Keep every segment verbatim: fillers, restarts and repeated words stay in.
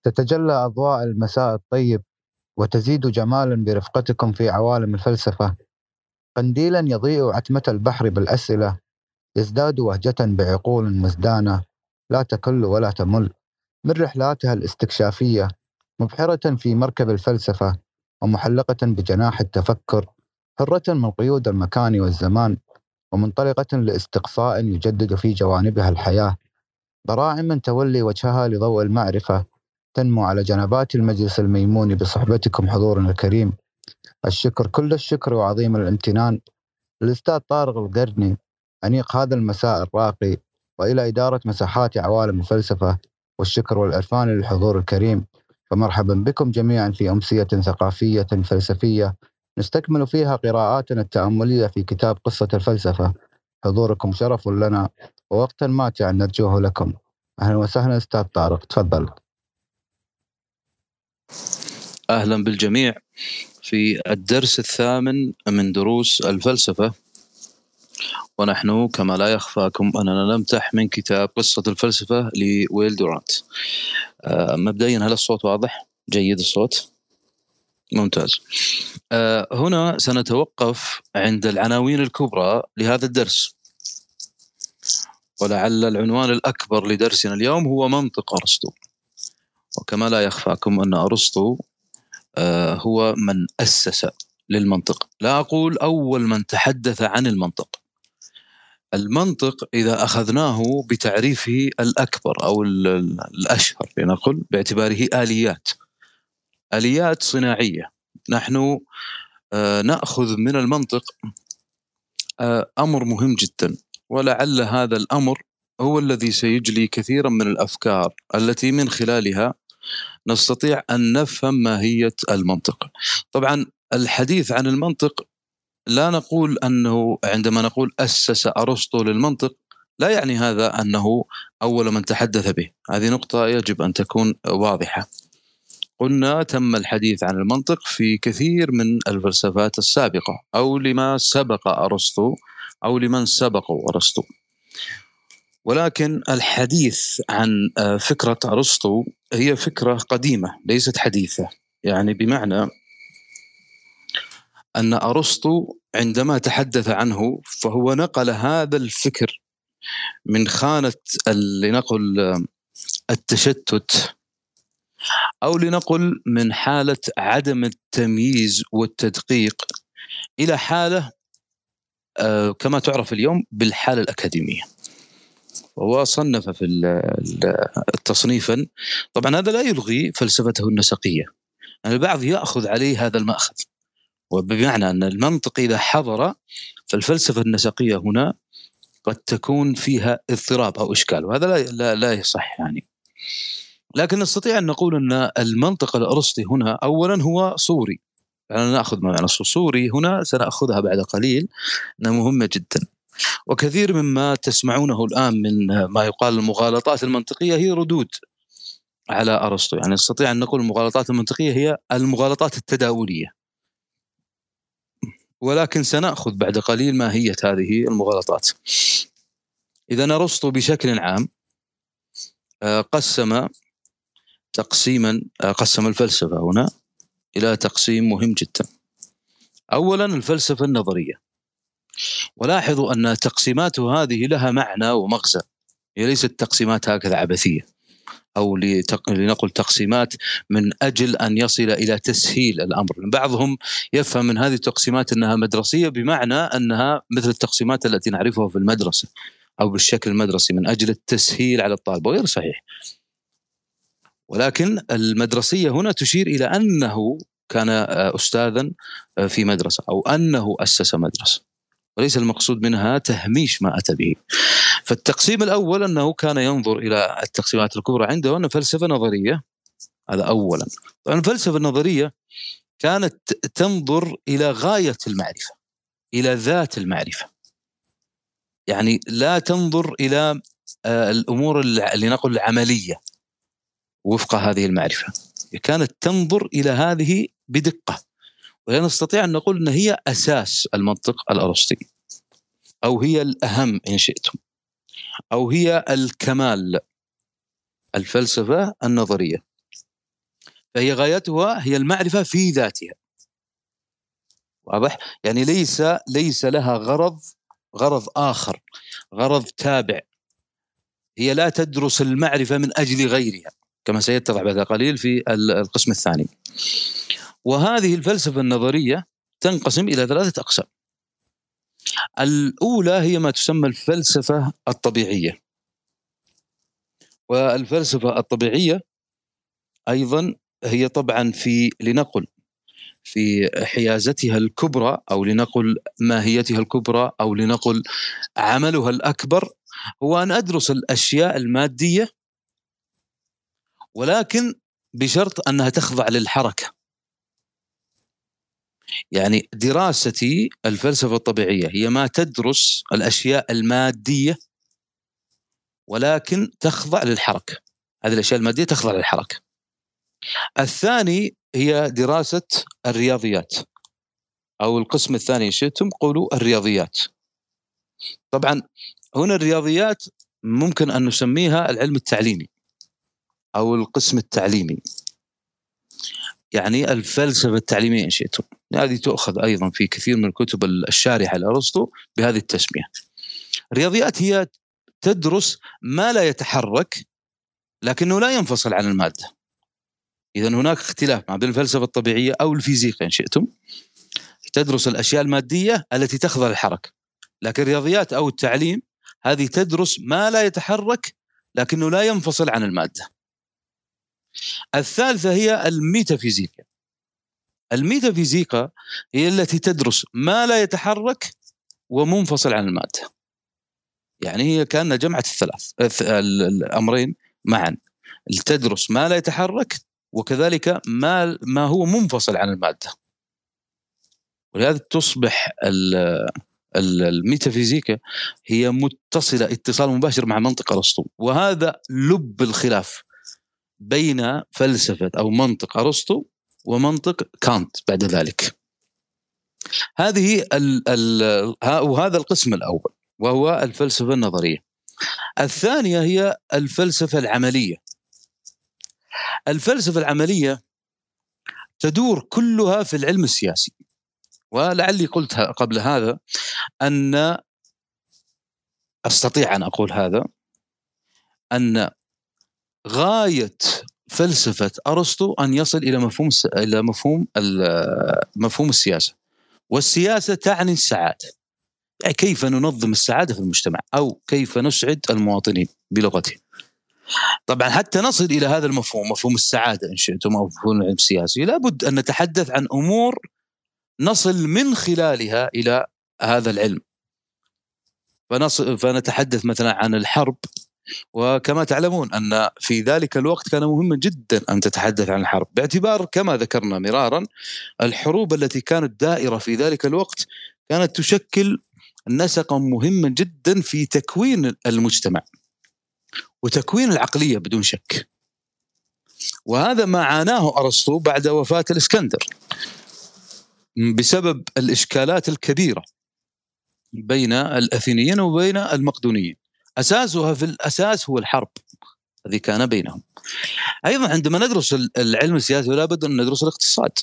تتجلى أضواء المساء الطيب، وتزيد جمالا برفقتكم في عوالم الفلسفة. قنديلا يضيء عتمة البحر بالأسئلة، يزداد وهجة بعقول مزدانة لا تكل ولا تمل من رحلاتها الاستكشافية، مبحرة في مركب الفلسفة ومحلقة بجناح التفكر، حرة من قيود المكان والزمان، ومنطلقة لاستقصاء يجدد في جوانبها الحياة. براعم تولي وجهها لضوء المعرفة، تنمو على جنبات المجلس الميمون بصحبتكم حضورنا الكريم. الشكر كل الشكر وعظيم الامتنان للأستاذ طارق القرني، أنيق هذا المساء الراقي، وإلى إدارة مساحات عوالم الفلسفة. والشكر والعرفان للحضور الكريم. فمرحبا بكم جميعا في أمسية ثقافية فلسفية نستكمل فيها قراءاتنا التأملية في كتاب قصة الفلسفة. حضوركم شرف لنا ووقتا ماتعا نرجوه لكم. أهلا وسهلا أستاذ طارق، تفضل. أهلا بالجميع في الدرس الثامن من دروس الفلسفة، ونحن كما لا يخفاكم أننا نمتح من كتاب قصة الفلسفة لويل دورانت. آه مبدئيا هل الصوت واضح؟ جيد الصوت؟ ممتاز. آه هنا سنتوقف عند العناوين الكبرى لهذا الدرس، ولعل العنوان الأكبر لدرسنا اليوم هو منطق أرسطو. وكما لا يخفاكم أن أرسطو آه هو من أسس للمنطق، لا أقول أول من تحدث عن المنطق. المنطق إذا أخذناه بتعريفه الأكبر أو الأشهر لنقل باعتباره آليات آليات صناعية، نحن آه نأخذ من المنطق آه أمر مهم جدا، ولعل هذا الأمر هو الذي سيجلي كثيرا من الأفكار التي من خلالها نستطيع أن نفهم ماهية المنطق. طبعا الحديث عن المنطق لا نقول أنه عندما نقول أسس أرسطو للمنطق لا يعني هذا أنه أول من تحدث به، هذه نقطة يجب أن تكون واضحة. قلنا تم الحديث عن المنطق في كثير من الفلسفات السابقة، أو لما سبق أرسطو أو لمن سبقوا أرسطو، ولكن الحديث عن فكرة أرسطو هي فكرة قديمة ليست حديثة. يعني بمعنى أن أرسطو عندما تحدث عنه فهو نقل هذا الفكر من خانة لنقل التشتت، أو لنقل من حالة عدم التمييز والتدقيق إلى حالة كما تعرف اليوم بالحالة الأكاديمية. وهو صنف في التصنيفا، طبعا هذا لا يلغي فلسفته النسقية، يعني البعض يأخذ عليه هذا المأخذ، وبمعنى أن المنطق إذا حضر فالفلسفة النسقية هنا قد تكون فيها اضطراب أو إشكال، وهذا لا, لا, لا يصح يعني. لكن نستطيع أن نقول أن المنطق الأرسطي هنا أولا هو صوري، يعني نأخذ معنى صوري هنا سنأخذها بعد قليل، أنها مهمة جدا. وكثير مما تسمعونه الآن من ما يقال المغالطات المنطقية هي ردود على أرسطو، يعني نستطيع أن نقول المغالطات المنطقية هي المغالطات التداولية، ولكن سنأخذ بعد قليل ماهية هذه المغالطات. إذا أرسطو بشكل عام قسم تقسيما قسم الفلسفة هنا إلى تقسيم مهم جدا. أولا الفلسفة النظرية، ولاحظوا أن تقسيماته هذه لها معنى ومغزى، هي ليست تقسيمات هكذا عبثية أو لنقل تقسيمات من أجل أن يصل إلى تسهيل الأمر. بعضهم يفهم من هذه التقسيمات أنها مدرسية، بمعنى أنها مثل التقسيمات التي نعرفها في المدرسة أو بالشكل المدرسي من أجل التسهيل على الطالب، وغير صحيح. ولكن المدرسية هنا تشير إلى أنه كان أستاذا في مدرسة أو أنه أسس مدرسة، وليس المقصود منها تهميش ما أتى به. فالتقسيم الأول أنه كان ينظر إلى التقسيمات الكبرى عنده أنه فلسفة نظرية، هذا أولا. طبعا الفلسفة النظرية كانت تنظر إلى غاية المعرفة، إلى ذات المعرفة، يعني لا تنظر إلى الأمور اللي نقول العملية وفق هذه المعرفة، كانت تنظر إلى هذه بدقة. ونستطيع أن نقول أن هي أساس المنطق الأرسطي، أو هي الأهم إن شئتم، أو هي الكمال، الفلسفة النظرية. فهي غايتها هي المعرفة في ذاتها. واضح؟ يعني ليس ليس لها غرض غرض آخر، غرض تابع. هي لا تدرس المعرفة من أجل غيرها، كما سيتضح بعد قليل في القسم الثاني. وهذه الفلسفة النظرية تنقسم إلى ثلاثة أقسام. الأولى هي ما تسمى الفلسفة الطبيعية، والفلسفة الطبيعية أيضا هي طبعا في لنقل في حيازتها الكبرى، أو لنقل ماهيتها الكبرى، أو لنقل عملها الأكبر، هو أن أدرس الأشياء المادية ولكن بشرط أنها تخضع للحركة. يعني دراستي الفلسفة الطبيعية هي ما تدرس الأشياء المادية ولكن تخضع للحركة. هذه الأشياء المادية تخضع للحركة. الثاني هي دراسة الرياضيات، أو القسم الثاني شئتم قولوا الرياضيات. طبعا هنا الرياضيات ممكن أن نسميها العلم التعليمي أو القسم التعليمي، يعني الفلسفة التعليمية إن شئتم. هذه تؤخذ أيضا في كثير من الكتب الشارحة لأرسطو بهذه التسمية. الرياضيات هي تدرس ما لا يتحرك لكنه لا ينفصل عن المادة. إذن هناك اختلاف ما بين الفلسفة الطبيعية أو الفيزيقا إن شئتم، تدرس الأشياء المادية التي تخضع للحركة. لكن الرياضيات أو التعليم هذه تدرس ما لا يتحرك لكنه لا ينفصل عن المادة. الثالثة هي الميتافيزيقا. الميتافيزيقا هي التي تدرس ما لا يتحرك ومنفصل عن المادة. يعني هي كأنها جمعت الثلاث الأمرين معا، تدرس ما لا يتحرك وكذلك ما ما هو منفصل عن المادة. ولهذا تصبح الميتافيزيقا هي متصلة اتصال مباشر مع منطق أرسطو، وهذا لب الخلاف بين فلسفة أو منطق أرسطو ومنطق كانت بعد ذلك. هذه ال ال وهذا القسم الأول وهو الفلسفة النظرية. الثانية هي الفلسفة العملية. الفلسفة العملية تدور كلها في العلم السياسي. ولعلي قلت قبل هذا أن أستطيع أن أقول هذا، أن غاية فلسفة أرسطو أن يصل إلى مفهوم إلى مفهوم مفهوم السياسة. والسياسة تعني السعادة، يعني كيف ننظم السعادة في المجتمع أو كيف نسعد المواطنين بلغته. طبعا حتى نصل إلى هذا المفهوم، مفهوم السعادة إن شئتم أو مفهوم العلم السياسي، لابد أن نتحدث عن أمور نصل من خلالها إلى هذا العلم. فنصل فنتحدث مثلا عن الحرب، وكما تعلمون أن في ذلك الوقت كان مهما جدا أن تتحدث عن الحرب، باعتبار كما ذكرنا مرارا الحروب التي كانت دائرة في ذلك الوقت كانت تشكل نسقا مهما جدا في تكوين المجتمع وتكوين العقلية بدون شك. وهذا ما عاناه أرسطو بعد وفاة الإسكندر بسبب الإشكالات الكبيرة بين الأثينيين وبين المقدونيين، أساسها في الأساس هو الحرب الذي كان بينهم. أيضا عندما ندرس العلم السياسي لا بد أن ندرس الاقتصاد.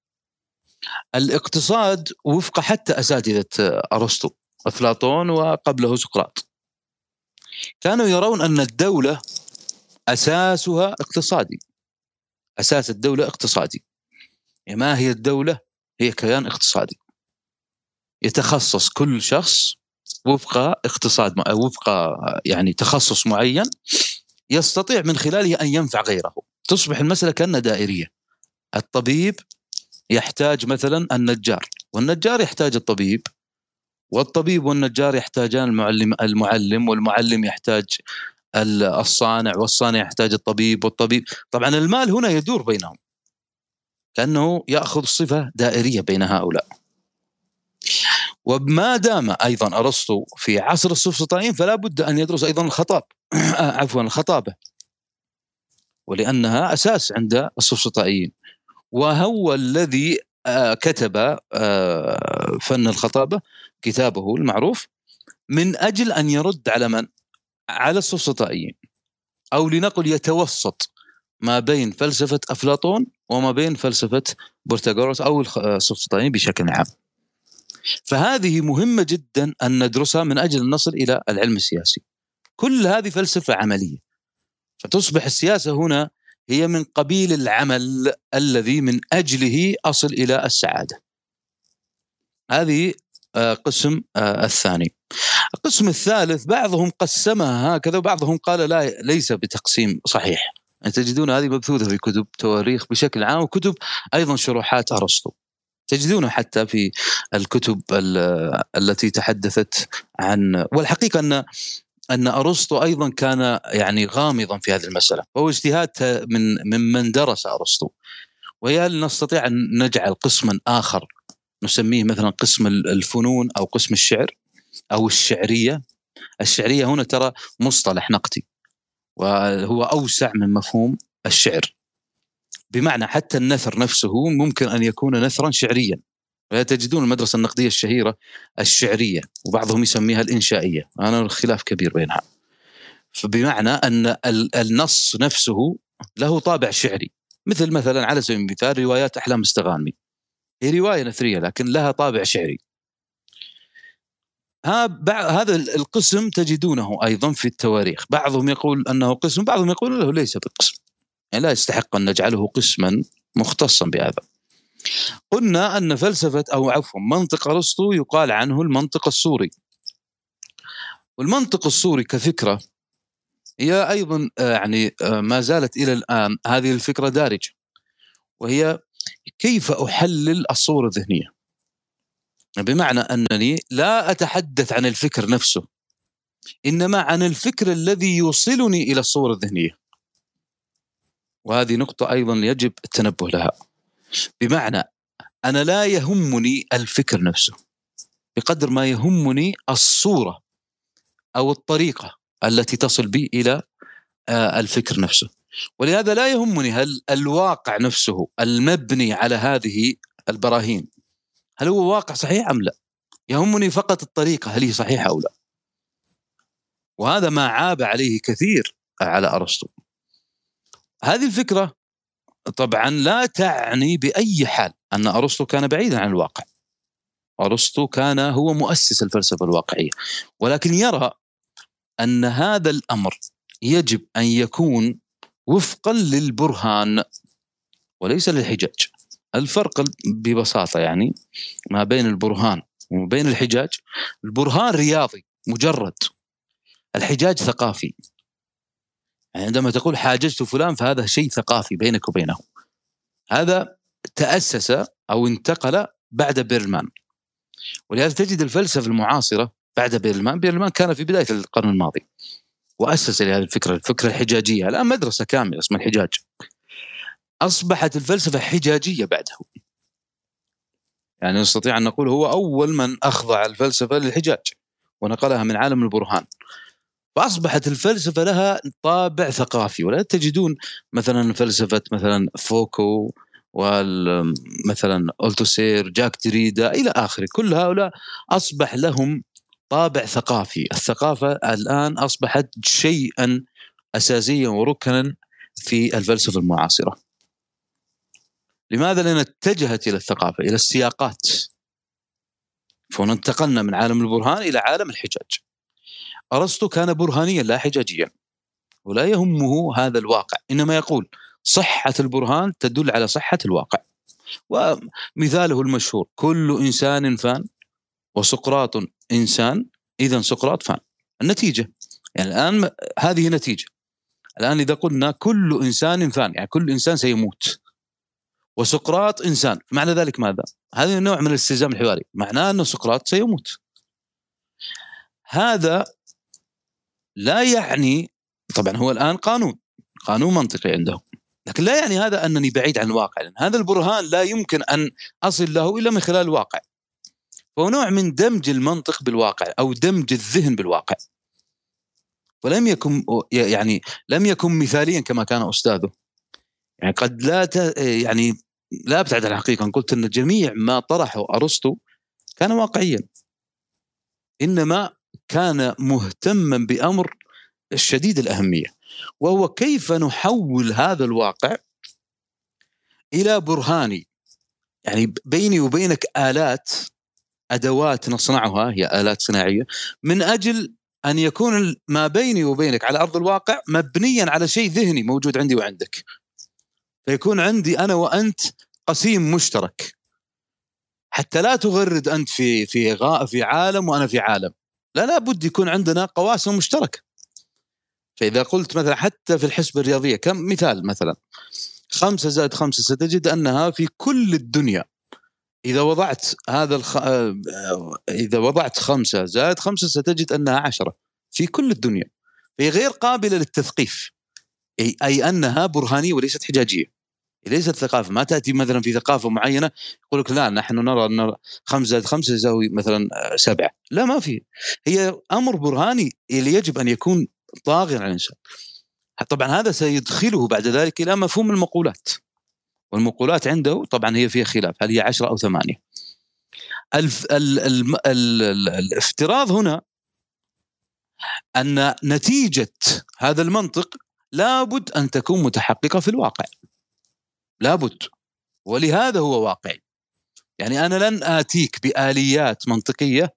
الاقتصاد وفق حتى أساتذة أرسطو أفلاطون وقبله سقراط كانوا يرون أن الدولة أساسها اقتصادي. أساس الدولة اقتصادي. ما هي الدولة؟ هي كيان اقتصادي يتخصص كل شخص وفق اقتصاد وفق يعني تخصص معين يستطيع من خلاله أن ينفع غيره. تصبح المسألة كأنها دائرية. الطبيب يحتاج مثلا النجار، والنجار يحتاج الطبيب، والطبيب والنجار يحتاجان المعلم المعلم والمعلم يحتاج الصانع، والصانع يحتاج الطبيب، والطبيب. طبعا المال هنا يدور بينهم كأنه يأخذ صفة دائرية بين هؤلاء. وما دام أيضا أرسطو في عصر السفسطائيين فلا بد أن يدرس أيضا الخطاب عفوا الخطابة، ولأنها أساس عند السفسطائيين، وهو الذي كتب فن الخطابة كتابه المعروف من أجل أن يرد على من؟ على السفسطائيين، أو لنقل يتوسط ما بين فلسفة أفلاطون وما بين فلسفة بروتاغوراس أو السوفسطائيين بشكل عام. فهذه مهمة جدا أن ندرسها من أجل أن نصل إلى العلم السياسي. كل هذه فلسفة عملية، فتصبح السياسة هنا هي من قبيل العمل الذي من أجله أصل إلى السعادة. هذه قسم الثاني. القسم الثالث بعضهم قسمها هكذا وبعضهم قال لا، ليس بتقسيم صحيح. تجدون هذه مبثوثة في كتب تواريخ بشكل عام وكتب أيضا شروحات أرسطو، تجدونه حتى في الكتب التي تحدثت عن، والحقيقة أن أن أرسطو أيضا كان يعني غامضا في هذه المسألة، وهو اجتهاد من ممن درس أرسطو. وهل نستطيع أن نجعل قسما آخر نسميه مثلا قسم الفنون أو قسم الشعر أو الشعرية؟ الشعرية هنا ترى مصطلح نقدي، وهو أوسع من مفهوم الشعر، بمعنى حتى النثر نفسه ممكن أن يكون نثرا شعريا. تجدون المدرسة النقدية الشهيرة الشعرية، وبعضهم يسميها الإنشائية، أنا الخلاف كبير بينها. فبمعنى أن النص نفسه له طابع شعري، مثل مثلا على سبيل المثال روايات أحلام استغانمي، هي رواية نثرية لكن لها طابع شعري. هذا القسم تجدونه أيضا في التواريخ، بعضهم يقول أنه قسم، بعضهم يقول له ليس بقسم، يعني لا يستحق أن نجعله قسما مختصا بهذا. قلنا أن فلسفة أو عفوا منطق أرسطو يقال عنه المنطق الصوري، والمنطق الصوري كفكرة هي أيضا يعني ما زالت إلى الآن هذه الفكرة دارجة، وهي كيف أحلل الصورة الذهنية، بمعنى أنني لا أتحدث عن الفكر نفسه، إنما عن الفكر الذي يوصلني إلى الصورة الذهنية. وهذه نقطة أيضا يجب التنبه لها، بمعنى أنا لا يهمني الفكر نفسه بقدر ما يهمني الصورة أو الطريقة التي تصل بي إلى الفكر نفسه. ولهذا لا يهمني هل الواقع نفسه المبني على هذه البراهين هل هو واقع صحيح أم لا، يهمني فقط الطريقة هل هي صحيحة أو لا. وهذا ما عاب عليه كثير على أرسطو. هذه الفكرة طبعا لا تعني بأي حال أن أرسطو كان بعيدا عن الواقع، أرسطو كان هو مؤسس الفلسفة الواقعية، ولكن يرى أن هذا الأمر يجب أن يكون وفقا للبرهان وليس للحجاج. الفرق ببساطة يعني ما بين البرهان وما بين الحجاج، البرهان رياضي مجرد، الحجاج ثقافي. يعني عندما تقول حاججت فلان فهذا شيء ثقافي بينك وبينه. هذا تأسس أو انتقل بعد بيرلمان، ولهذا تجد الفلسفة المعاصرة بعد بيرلمان، بيرلمان كان في بداية القرن الماضي وأسس لهذه الفكرة، الفكرة الحجاجية. الآن مدرسة كاملة اسمها الحجاج، أصبحت الفلسفة حجاجية بعده. يعني نستطيع أن نقول هو أول من أخضع الفلسفة للحجاج ونقلها من عالم البرهان، فأصبحت الفلسفة لها طابع ثقافي. ولا تجدون مثلا فلسفة مثلا فوكو ومثلا ألتوسير، جاك دريدا إلى آخره، كل هؤلاء أصبح لهم طابع ثقافي. الثقافة الآن أصبحت شيئا أساسيا وركنا في الفلسفة المعاصرة. لماذا؟ لأن اتجهت إلى الثقافة، إلى السياقات، فانتقلنا من عالم البرهان إلى عالم الحجاج. أرسطو كان برهانيا لا حجاجيا، ولا يهمه هذا الواقع، إنما يقول صحة البرهان تدل على صحة الواقع. ومثاله المشهور كل إنسان فان وسقراط إنسان، إذن سقراط فان. النتيجة يعني الآن هذه نتيجة. الآن إذا قلنا كل إنسان فان يعني كل إنسان سيموت، وسقراط إنسان، معنى ذلك ماذا؟ هذا نوع من الاستلزام الحواري، معناه أن سقراط سيموت. هذا لا يعني، طبعا هو الآن قانون قانون منطقي عنده، لكن لا يعني هذا أنني بعيد عن الواقع، لأن هذا البرهان لا يمكن أن أصل له إلا من خلال الواقع. فهو نوع من دمج المنطق بالواقع أو دمج الذهن بالواقع، ولم يكن يعني لم يكن مثاليا كما كان أستاذه. يعني قد لا ت... يعني لا أبتعد عن الحقيقة، قلت أن جميع ما طرحه أرسطو كان واقعيا، إنما كان مهتما بأمر شديد الأهمية، وهو كيف نحول هذا الواقع إلى برهاني، يعني بيني وبينك آلات، أدوات نصنعها، هي آلات صناعية، من أجل أن يكون ما بيني وبينك على أرض الواقع مبنيا على شيء ذهني موجود عندي وعندك، فيكون عندي أنا وأنت قسيم مشترك، حتى لا تغرد أنت في في غاء في عالم وأنا في عالم، لا لا بد يكون عندنا قواسم مشتركة. فإذا قلت مثلا حتى في الحسبة الرياضية، كم مثال مثلا خمسة زائد خمسة، ستجد أنها في كل الدنيا إذا وضعت هذا الخ... إذا وضعت خمسة زائد خمسة ستجد أنها عشرة في كل الدنيا، هي غير قابلة للتثقيف، أي, أي أنها برهانية وليست حجاجية، ليست ثقافة. ما تأتي مثلا في ثقافة معينة يقول لك لا نحن نرى أن خمسة زائد خمسة يساوي مثلا سبعة، لا ما في، هي أمر برهاني اللي يجب أن يكون طاغيا على الإنسان. طبعا هذا سيدخله بعد ذلك إلى مفهوم المقولات، والمقولات عنده طبعا هي فيها خلاف، هل هي عشرة أو ثمانية. الف... ال... ال... ال... ال... الافتراض هنا أن نتيجة هذا المنطق لابد أن تكون متحققة في الواقع، لابد، ولهذا هو واقعي. يعني أنا لن آتيك بآليات منطقية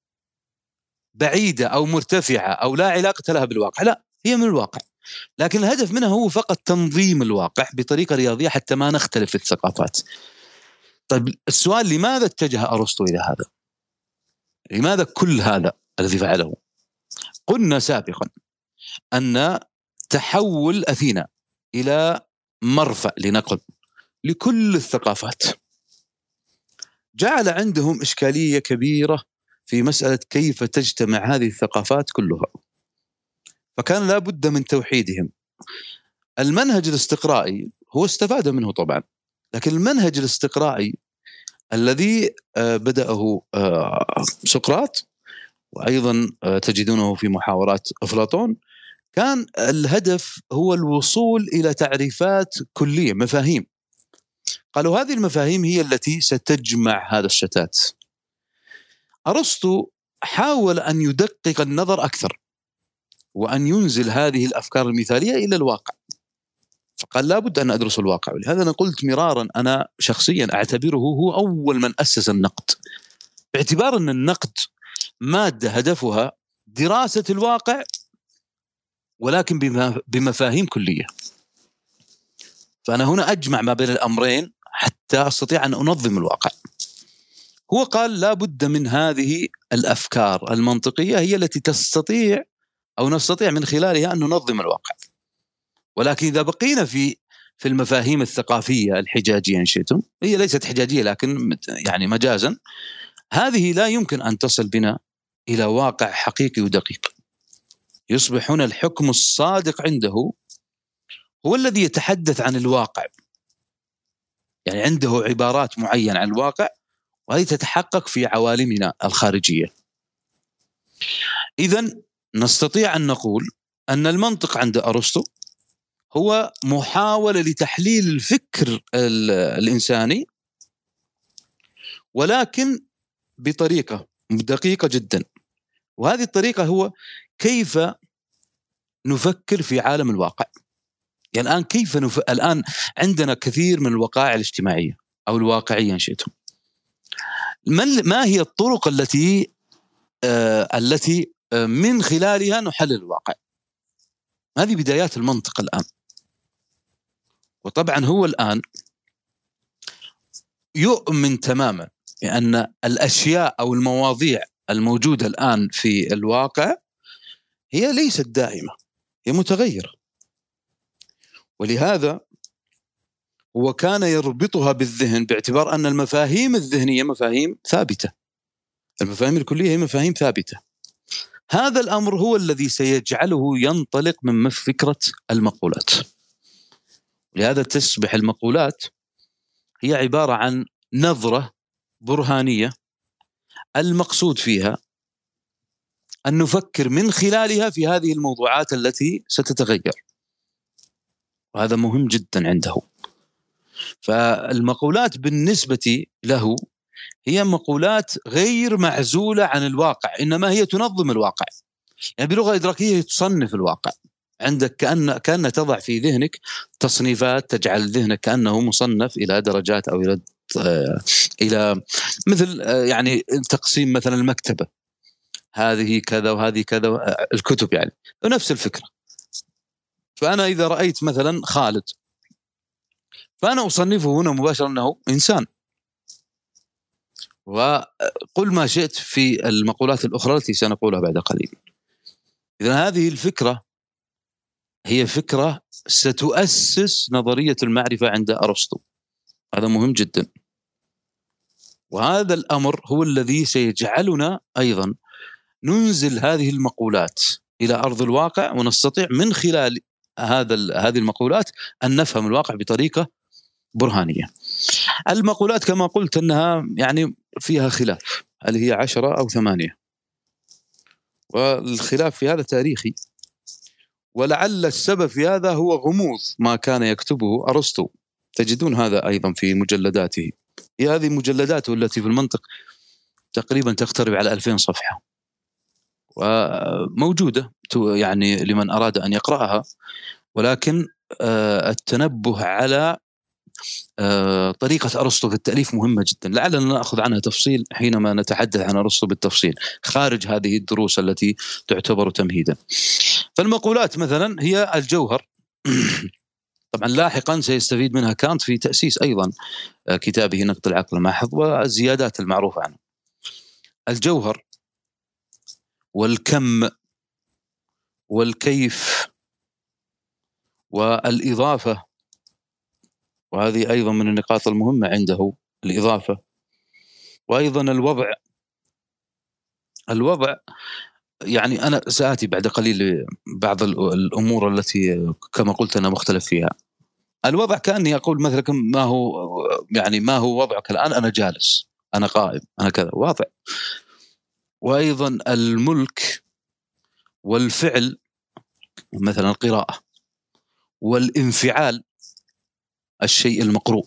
بعيدة أو مرتفعة أو لا علاقة لها بالواقع، لا، هي من الواقع، لكن الهدف منها هو فقط تنظيم الواقع بطريقة رياضية حتى ما نختلف في الثقافات. طيب السؤال، لماذا اتجه أرسطو إلى هذا؟ لماذا كل هذا الذي فعله؟ قلنا سابقا أن تحول أثينا إلى مرفأ لنقل لكل الثقافات جعل عندهم إشكالية كبيرة في مسألة كيف تجتمع هذه الثقافات كلها، فكان لا بد من توحيدهم. المنهج الاستقرائي هو استفاد منه طبعا، لكن المنهج الاستقرائي الذي بدأه سقراط وأيضا تجدونه في محاورات أفلاطون، كان الهدف هو الوصول إلى تعريفات كلية، مفاهيم، قالوا هذه المفاهيم هي التي ستجمع هذا الشتات. أرسطو حاول أن يدقق النظر أكثر وأن ينزل هذه الأفكار المثالية إلى الواقع، فقال لابد أن أدرس الواقع. ولهذا أنا قلت مرارا، أنا شخصيا أعتبره هو أول من أسس النقد، باعتبار أن النقد مادة هدفها دراسة الواقع ولكن بمفاهيم كلية، فأنا هنا أجمع ما بين الأمرين حتى أستطيع أن أنظم الواقع. هو قال لا بد من هذه الأفكار المنطقية هي التي تستطيع أو نستطيع من خلالها أن ننظم الواقع، ولكن إذا بقينا في في المفاهيم الثقافية الحجاجية إن شئتم، هي ليست حجاجية لكن يعني مجازا، هذه لا يمكن أن تصل بنا إلى واقع حقيقي ودقيق. يصبح هنا الحكم الصادق عنده هو الذي يتحدث عن الواقع، يعني عنده عبارات معينة عن الواقع وهذه تتحقق في عوالمنا الخارجية. إذن نستطيع أن نقول أن المنطق عند أرسطو هو محاولة لتحليل الفكر الإنساني، ولكن بطريقة دقيقة جدا، وهذه الطريقة هو كيف نفكر في عالم الواقع. يعني الآن كيف نف... الآن عندنا كثير من الوقائع الاجتماعية أو الواقعية إن شئتم، ما هي الطرق التي آه التي آه من خلالها نحلل الواقع؟ هذه بدايات المنطق الآن. وطبعا هو الآن يؤمن تماما بأن الأشياء أو المواضيع الموجودة الآن في الواقع هي ليست دائمة، هي متغيرة، ولهذا هو كان يربطها بالذهن باعتبار أن المفاهيم الذهنية مفاهيم ثابتة، المفاهيم الكلية هي مفاهيم ثابتة. هذا الأمر هو الذي سيجعله ينطلق من فكرة المقولات. لهذا تصبح المقولات هي عبارة عن نظرة برهانية المقصود فيها أن نفكر من خلالها في هذه الموضوعات التي ستتغير، وهذا مهم جدا عنده. فالمقولات بالنسبة له هي مقولات غير معزولة عن الواقع، إنما هي تنظم الواقع، يعني بلغة إدراكية تصنف الواقع. عندك كأن كأن تضع في ذهنك تصنيفات تجعل ذهنك كأنه مصنف إلى درجات أو إلى إلى مثل يعني تقسيم مثلا المكتبة، هذه كذا وهذه كذا، الكتب يعني ونفس الفكرة. فأنا إذا رأيت مثلا خالد فأنا أصنفه هنا مباشرة أنه إنسان، وقل ما شئت في المقولات الأخرى التي سنقولها بعد قليل. إذا هذه الفكرة هي فكرة ستؤسس نظرية المعرفة عند أرسطو، هذا مهم جدا، وهذا الأمر هو الذي سيجعلنا أيضا ننزل هذه المقولات إلى أرض الواقع، ونستطيع من خلال هذا هذه المقولات أن نفهم الواقع بطريقة برهانية. المقولات كما قلت أنها يعني فيها خلاف، هل هي عشرة أو ثمانية، والخلاف في هذا تاريخي، ولعل السبب في هذا هو غموض ما كان يكتبه أرسطو. تجدون هذا أيضا في مجلداته، هي هذه مجلداته التي في المنطق تقريبا تقترب على ألفين صفحة، وموجودة يعني لمن أراد أن يقرأها، ولكن التنبه على طريقة أرسطو في التأليف مهمة جدا، لعلنا نأخذ عنها تفصيل حينما نتحدث عن أرسطو بالتفصيل خارج هذه الدروس التي تعتبر تمهيدا. فالمقولات مثلا هي الجوهر طبعا لاحقا سيستفيد منها كانت في تأسيس أيضا كتابه نقد العقل الماحظ والزيادات المعروفة عنه. الجوهر والكم والكيف والإضافة، وهذه أيضا من النقاط المهمة عنده، الإضافة، وأيضا الوضع. الوضع يعني أنا سآتي بعد قليل بعض الأمور التي كما قلت أنا مختلف فيها. الوضع كأني أقول مثلا ما هو يعني ما هو وضعك الآن؟ أنا جالس، أنا قائم، أنا كذا، واضع. وأيضا الملك والفعل، مثلا القراءة، والانفعال، الشيء المقروء،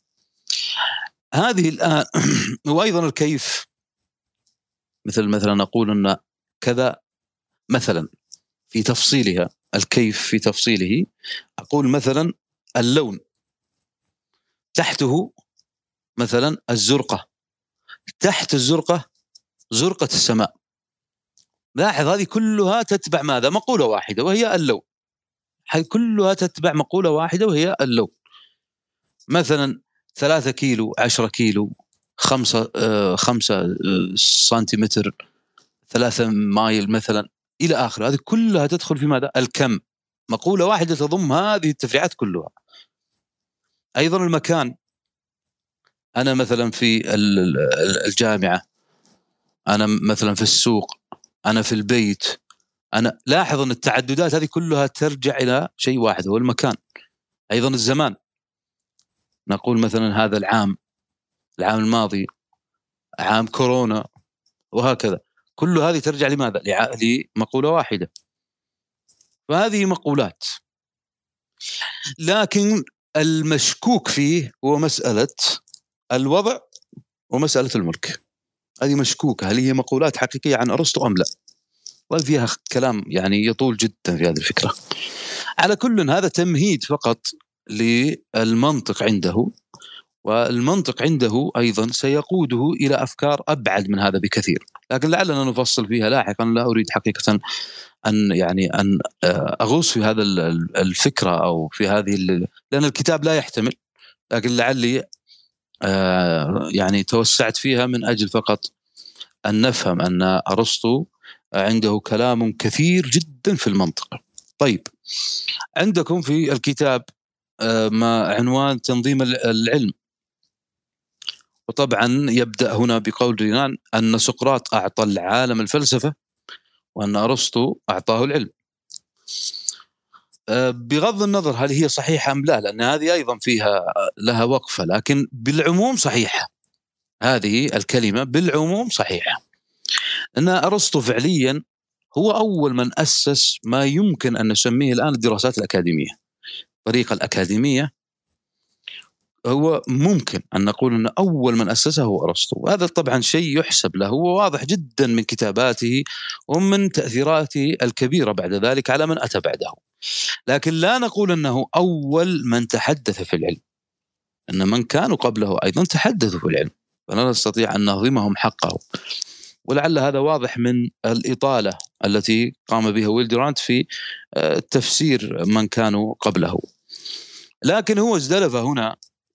هذه الآن. وأيضا الكيف، مثل مثلا نقول أن كذا مثلا في تفصيلها، الكيف في تفصيله، أقول مثلا اللون تحته مثلا الزرقة، تحت الزرقة زرقة السماء. لاحظ هذه كلها تتبع ماذا؟ مقولة واحدة وهي اللون، كلها تتبع مقولة واحدة وهي اللون. مثلا ثلاثة كيلو، عشرة كيلو، خمسة آه خمسة آه سنتيمتر، ثلاثة مايل مثلا إلى آخره، هذه كلها تدخل في ماذا؟ الكم، مقولة واحدة تضم هذه التفريعات كلها. أيضا المكان، أنا مثلا في الجامعة، أنا مثلا في السوق، أنا في البيت، أنا لاحظ أن التعددات هذه كلها ترجع إلى شيء واحد هو المكان. أيضا الزمان، نقول مثلا هذا العام، العام الماضي، عام كورونا، وهكذا، كل هذه ترجع لماذا؟ لمقولة واحدة. فهذه مقولات، لكن المشكوك فيه هو مسألة الوضع ومسألة الملك، هذه مشكوكة، هل هي مقولات حقيقية عن أرسطو أم لا؟ وفيها كلام يعني يطول جدا في هذه الفكرة. على كل هذا تمهيد فقط للمنطق عنده، والمنطق عنده أيضا سيقوده إلى أفكار أبعد من هذا بكثير، لكن لعلنا نفصل فيها لاحقا. لا أريد حقيقة أن يعني أن أغوص في هذا الفكرة أو في هذه، لأن الكتاب لا يحتمل، لكن لعلي يعني توسعت فيها من أجل فقط أن نفهم أن أرسطو عنده كلام كثير جدا في المنطق. طيب، عندكم في الكتاب ما عنوان تنظيم العلم، وطبعا يبدأ هنا بقول رينان أن سقراط أعطى العالم الفلسفة وأن أرسطو أعطاه العلم. بغض النظر هل هي صحيحة أم لا، لأن هذه أيضا فيها لها وقفة، لكن بالعموم صحيحة، هذه الكلمة بالعموم صحيحة، أن أرسطو فعليا هو أول من أسس ما يمكن أن نسميه الآن الدراسات الأكاديمية. الطريقة الأكاديمية هو ممكن أن نقول أن أول من أسسه هو أرسطو، وهذا طبعا شيء يحسب له، وواضح جدا من كتاباته ومن تأثيراته الكبيرة بعد ذلك على من أتى بعده. لكن لا نقول أنه أول من تحدث في العلم، أن من كانوا قبله أيضا تحدثوا في العلم، فلا نستطيع أن نهضمهم حقه. ولعل هذا واضح من الإطالة التي قام بها ويل دورانت في تفسير من كانوا قبله. لكن هو ازدلف هنا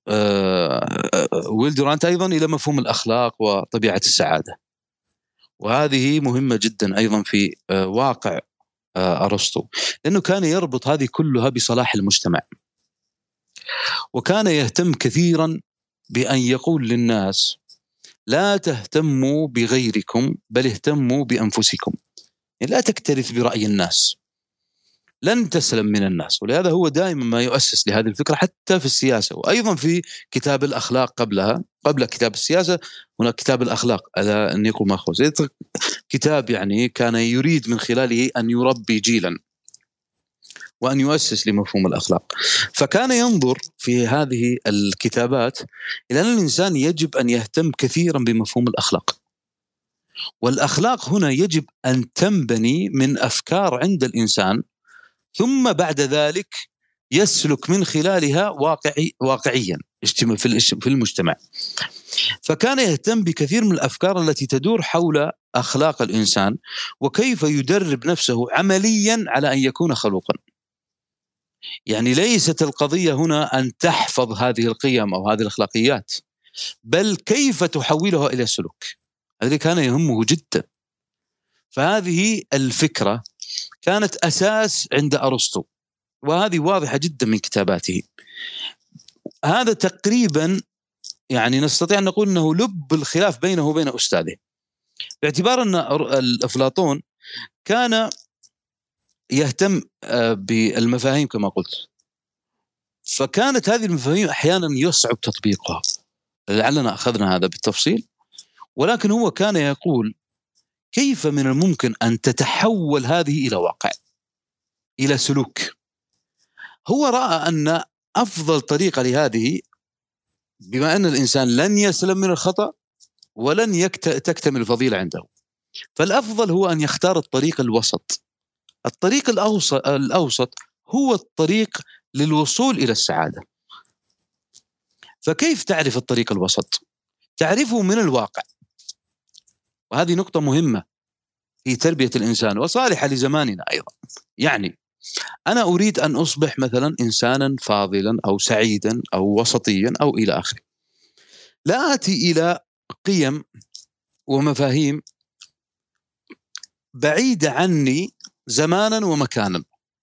ويل دورانت أيضا إلى مفهوم الأخلاق وطبيعة السعادة، وهذه مهمة جدا أيضا في واقع أرسطو، لأنه كان يربط هذه كلها بصلاح المجتمع، وكان يهتم كثيرا بأن يقول للناس لا تهتموا بغيركم بل اهتموا بأنفسكم، يعني لا تكترث برأي الناس، لن تسلم من الناس. ولهذا هو دائما ما يؤسس لهذه الفكرة حتى في السياسة، وأيضا في كتاب الأخلاق قبلها، قبل كتاب السياسة هناك كتاب الأخلاق على نيكو ماخوز، كتاب يعني كان يريد من خلاله أن يربي جيلا وأن يؤسس لمفهوم الأخلاق. فكان ينظر في هذه الكتابات إلى أن الإنسان يجب أن يهتم كثيرا بمفهوم الأخلاق، والأخلاق هنا يجب أن تنبني من أفكار عند الإنسان، ثم بعد ذلك يسلك من خلالها واقعي واقعيا في المجتمع. فكان يهتم بكثير من الأفكار التي تدور حول أخلاق الإنسان، وكيف يدرب نفسه عمليا على أن يكون خلوقا. يعني ليست القضية هنا أن تحفظ هذه القيم أو هذه الأخلاقيات، بل كيف تحولها إلى سلوك، هذا كان يهمه جدا. فهذه الفكرة كانت أساس عند أرسطو، وهذه واضحة جدا من كتاباته. هذا تقريبا يعني نستطيع أن نقول أنه لب الخلاف بينه وبين أستاذه، باعتبار أن أفلاطون كان يهتم بالمفاهيم كما قلت، فكانت هذه المفاهيم أحيانا يصعب تطبيقها، لعلنا أخذنا هذا بالتفصيل. ولكن هو كان يقول كيف من الممكن أن تتحول هذه إلى واقع، إلى سلوك. هو رأى أن أفضل طريقة لهذه، بما أن الإنسان لن يسلم من الخطأ ولن تكتمل الفضيلة عنده، فالأفضل هو أن يختار الطريق الوسط. الطريق الأوسط, الأوسط هو الطريق للوصول إلى السعادة. فكيف تعرف الطريق الوسط؟ تعرفه من الواقع، وهذه نقطة مهمة في تربية الإنسان وصالحة لزماننا أيضا. يعني أنا أريد أن أصبح مثلا إنسانا فاضلا أو سعيدا أو وسطيا أو إلى آخره، لا آتي إلى قيم ومفاهيم بعيدة عني زمانا ومكانا،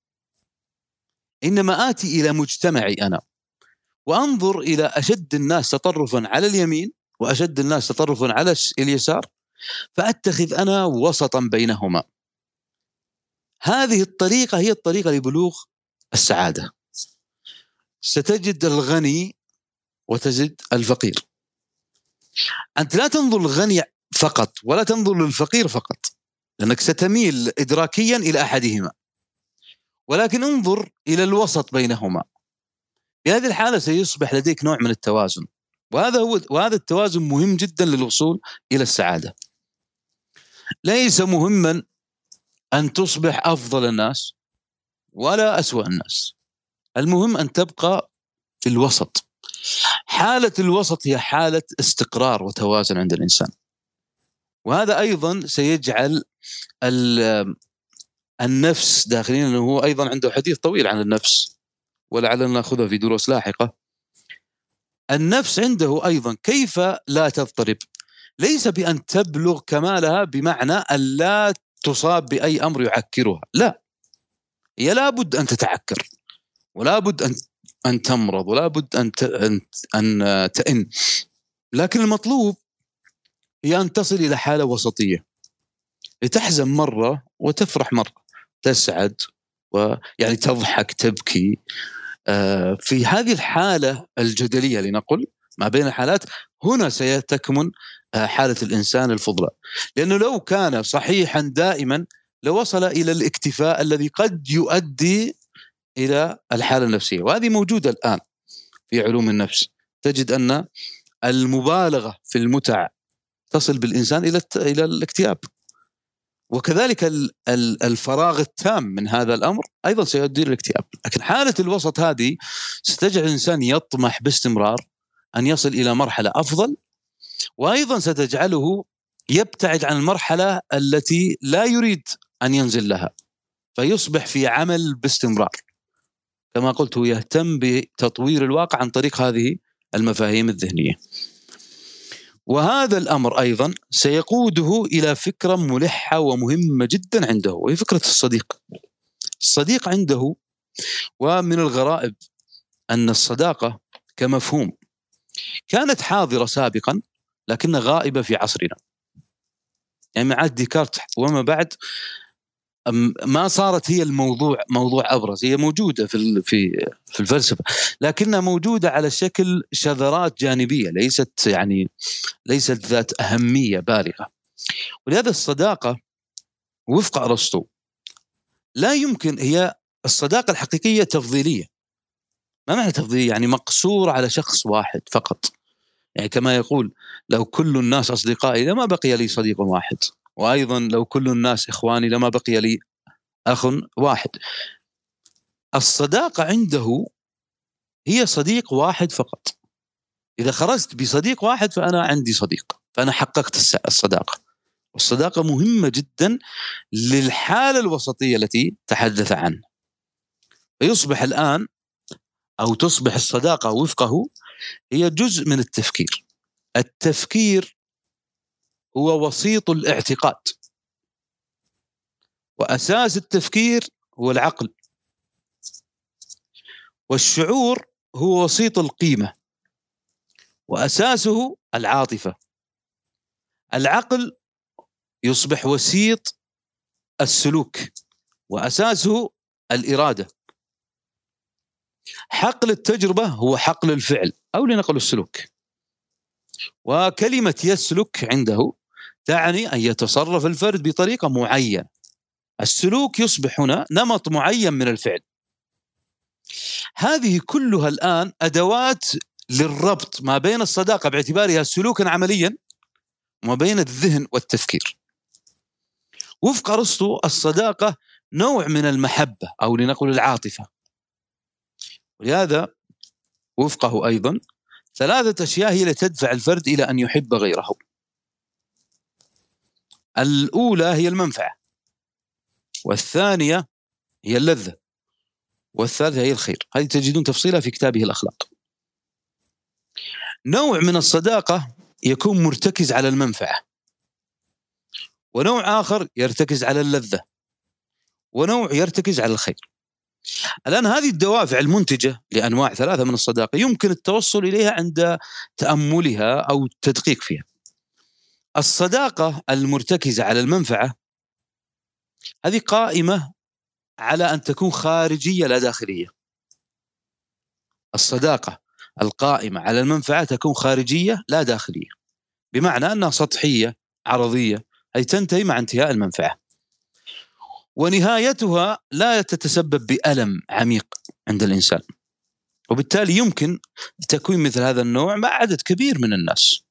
إنما آتي إلى مجتمعي أنا، وأنظر إلى أشد الناس تطرفا على اليمين وأشد الناس تطرفا على اليسار، فأتخذ أنا وسطا بينهما. هذه الطريقة هي الطريقة لبلوغ السعادة. ستجد الغني وتجد الفقير. أنت لا تنظر للغني فقط ولا تنظر للفقير فقط، لأنك ستميل إدراكيا إلى أحدهما، ولكن انظر إلى الوسط بينهما. في هذه الحالة سيصبح لديك نوع من التوازن، وهذا هو وهذا التوازن مهم جدا للوصول إلى السعادة. ليس مهما أن تصبح أفضل الناس ولا أسوأ الناس، المهم أن تبقى في الوسط. حالة الوسط هي حالة استقرار وتوازن عند الإنسان، وهذا أيضا سيجعل النفس داخلين، أنه هو أيضا عنده حديث طويل عن النفس ولعلنا نأخذها في دروس لاحقة. النفس عنده أيضا كيف لا تضطرب، ليس بأن تبلغ كمالها بمعنى أن لا تصاب بأي أمر يعكرها، لا، هي لابد أن تتعكر، ولا بد أن أن تمرض، ولا بد أن أن تئن، لكن المطلوب هي أن تصل إلى حالة وسطية، لتحزن مرة وتفرح مرة، تسعد ويعني تضحك تبكي. في هذه الحالة الجدلية لنقل ما بين الحالات، هنا سيتكمن حالة الإنسان الفضلى، لأنه لو كان صحيحا دائما لوصل إلى الاكتفاء الذي قد يؤدي إلى الحالة النفسية، وهذه موجودة الآن في علوم النفس. تجد أن المبالغة في المتع تصل بالإنسان إلى إلى الاكتئاب، وكذلك الفراغ التام من هذا الأمر أيضا سيؤدي للاكتئاب. لكن حالة الوسط هذه ستجعل الإنسان يطمح باستمرار أن يصل إلى مرحلة أفضل، وأيضا ستجعله يبتعد عن المرحلة التي لا يريد أن ينزل لها، فيصبح في عمل باستمرار. كما قلت هو يهتم بتطوير الواقع عن طريق هذه المفاهيم الذهنية. وهذا الأمر أيضا سيقوده إلى فكرة ملحة ومهمة جدا عنده، وهي فكرة الصديق. الصديق عنده، ومن الغرائب أن الصداقة كمفهوم كانت حاضرة سابقا لكنها غائبة في عصرنا. يعني من عهد ديكارت وما بعد ما صارت هي الموضوع موضوع أبرز. هي موجودة في في في الفلسفة، لكنها موجودة على شكل شذرات جانبية، ليست يعني ليست ذات أهمية بالغة. ولهذا الصداقة وفق أرسطو لا يمكن، هي الصداقة الحقيقية تفضيلية. ما معنى تفضيلية؟ يعني مقصور على شخص واحد فقط. يعني كما يقول لو كل الناس أصدقائي لما بقي لي صديق واحد، وأيضا لو كل الناس إخواني لما بقي لي أخ واحد. الصداقة عنده هي صديق واحد فقط. إذا خرجت بصديق واحد فأنا عندي صديق، فأنا حققت الصداقة. والصداقة مهمة جدا للحالة الوسطية التي تحدث عنها. فيصبح الآن أو تصبح الصداقة وفقه هي جزء من التفكير. التفكير هو وسيط الاعتقاد، وأساس التفكير هو العقل، والشعور هو وسيط القيمة، وأساسه العاطفة. العقل يصبح وسيط السلوك، وأساسه الإرادة. حقل التجربة هو حقل الفعل أو لنقل السلوك. وكلمة يسلك عنده تعني أن يتصرف الفرد بطريقة معينة. السلوك يصبح هنا نمط معين من الفعل. هذه كلها الآن أدوات للربط ما بين الصداقة باعتبارها سلوكا عمليا وما بين الذهن والتفكير. وفق أرسطو الصداقة نوع من المحبة أو لنقل العاطفة. ولهذا وفقه أيضا ثلاثة أشياء هي التي تدفع الفرد إلى أن يحب غيره. الأولى هي المنفعة، والثانية هي اللذة، والثالثة هي الخير. هذه تجدون تفصيلها في كتابه الأخلاق. نوع من الصداقة يكون مرتكز على المنفعة، ونوع آخر يرتكز على اللذة، ونوع يرتكز على الخير. الآن هذه الدوافع المنتجة لأنواع ثلاثة من الصداقة يمكن التوصل إليها عند تأملها أو التدقيق فيها. الصداقة المرتكزة على المنفعة هذه قائمة على أن تكون خارجية لا داخلية. الصداقة القائمة على المنفعة تكون خارجية لا داخلية، بمعنى أنها سطحية عرضية، أي تنتهي مع انتهاء المنفعة، ونهايتها لا تتسبب بألم عميق عند الإنسان. وبالتالي يمكن تكوين مثل هذا النوع مع عدد كبير من الناس.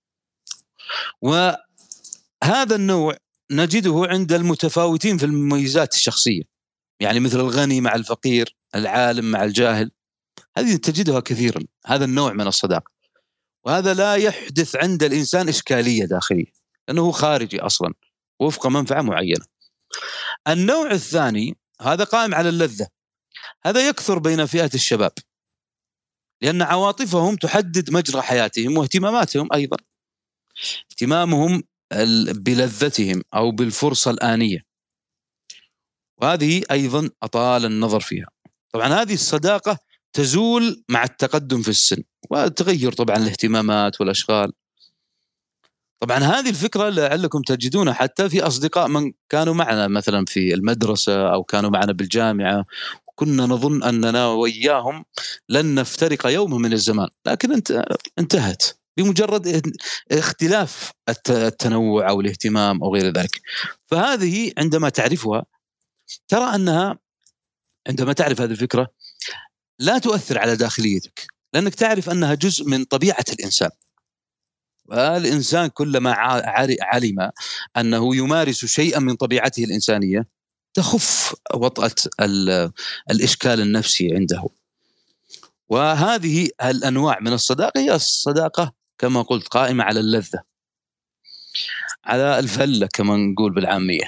وهذا النوع نجده عند المتفاوتين في المميزات الشخصية، يعني مثل الغني مع الفقير، العالم مع الجاهل. هذه تجدها كثيرا، هذا النوع من الصداقة. وهذا لا يحدث عند الإنسان إشكالية داخلية، لأنه خارجي أصلا وفق منفعة معينة. النوع الثاني هذا قائم على اللذة. هذا يكثر بين فئة الشباب، لأن عواطفهم تحدد مجرى حياتهم واهتماماتهم أيضا. اهتمامهم بلذتهم أو بالفرصة الآنية، وهذه أيضا أطال النظر فيها. طبعا هذه الصداقة تزول مع التقدم في السن وتغير طبعا الاهتمامات والأشغال. طبعا هذه الفكرة لعلكم تجدونها حتى في أصدقاء من كانوا معنا مثلا في المدرسة أو كانوا معنا بالجامعة، كنا نظن أننا وإياهم لن نفترق يوم من الزمان، لكن انت انتهت بمجرد اختلاف التنوع أو الاهتمام أو غير ذلك. فهذه عندما تعرفها ترى أنها، عندما تعرف هذه الفكرة لا تؤثر على داخليتك، لأنك تعرف أنها جزء من طبيعة الإنسان. الإنسان كلما علم أنه يمارس شيئا من طبيعته الإنسانية تخف وطأة الإشكال النفسي عنده. وهذه الأنواع من الصداقة هي الصداقة كما قلت قائمة على اللذة، على الفلة كما نقول بالعامية.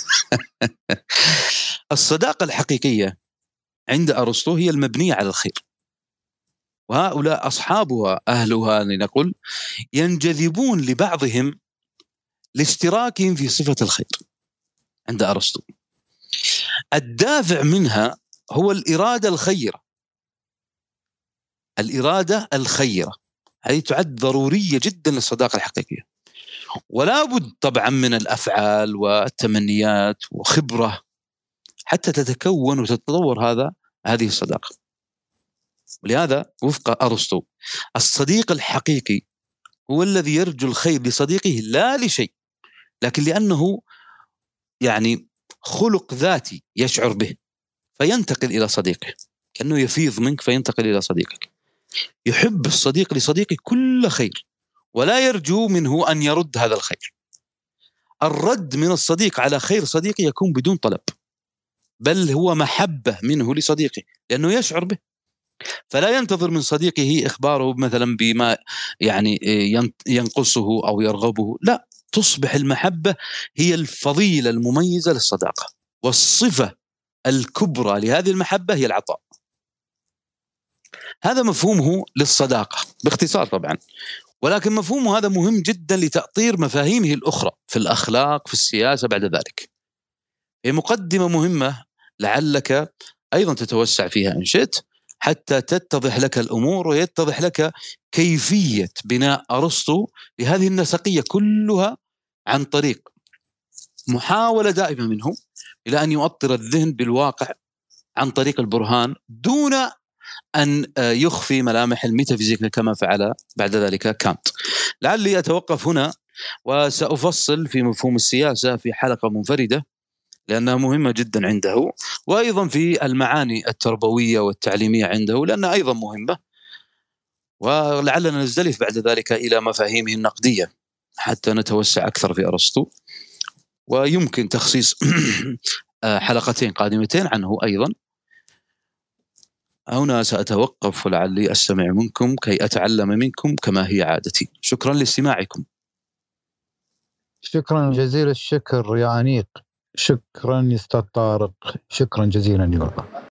الصداقة الحقيقية عند أرسطو هي المبنية على الخير، وهؤلاء أصحابها أهلها لنقل ينجذبون لبعضهم لاشتراكهم في صفة الخير عند أرسطو. الدافع منها هو الإرادة الخيرة، الإرادة الخيرة هذه تعد ضرورية جدا للصداقة الحقيقية، ولا بد طبعا من الأفعال والتمنيات وخبرة حتى تتكون وتتطور هذا هذه الصداقة. ولهذا وفق أرسطو الصديق الحقيقي هو الذي يرجو الخير لصديقه لا لشيء، لكن لأنه يعني خلق ذاتي يشعر به فينتقل إلى صديقه، كأنه يفيض منك فينتقل إلى صديقك. يحب الصديق لصديقه كل خير ولا يرجو منه أن يرد هذا الخير. الرد من الصديق على خير صديقه يكون بدون طلب، بل هو محبة منه لصديقه لأنه يشعر به، فلا ينتظر من صديقه إخباره مثلا بما يعني ينقصه أو يرغبه، لا، تصبح المحبة هي الفضيلة المميزة للصداقة، والصفة الكبرى لهذه المحبة هي العطاء. هذا مفهومه للصداقة باختصار طبعا، ولكن مفهومه هذا مهم جدا لتأطير مفاهيمه الأخرى في الأخلاق في السياسة بعد ذلك. هي مقدمة مهمة لعلك أيضا تتوسع فيها إن شئت حتى تتضح لك الأمور ويتضح لك كيفية بناء أرسطو لهذه النسقية كلها عن طريق محاولة دائمة منه إلى أن يؤطر الذهن بالواقع عن طريق البرهان دون أن يخفي ملامح الميتافيزيقا كما فعل بعد ذلك كانت. لعلي أتوقف هنا وسأفصل في مفهوم السياسة في حلقة منفردة لأنها مهمة جدا عنده، وأيضا في المعاني التربوية والتعليمية عنده لأنها أيضا مهمة، ولعلنا نزدلف بعد ذلك إلى مفاهيمه النقدية حتى نتوسع أكثر في أرسطو، ويمكن تخصيص حلقتين قادمتين عنه أيضا. هنا سأتوقف ولعلي أستمع منكم كي أتعلم منكم كما هي عادتي. شكرا لاستماعكم. شكرا جزيل الشكر يا أنيق، شكرا يا أستاذ طارق، شكرا جزيلا يا الله.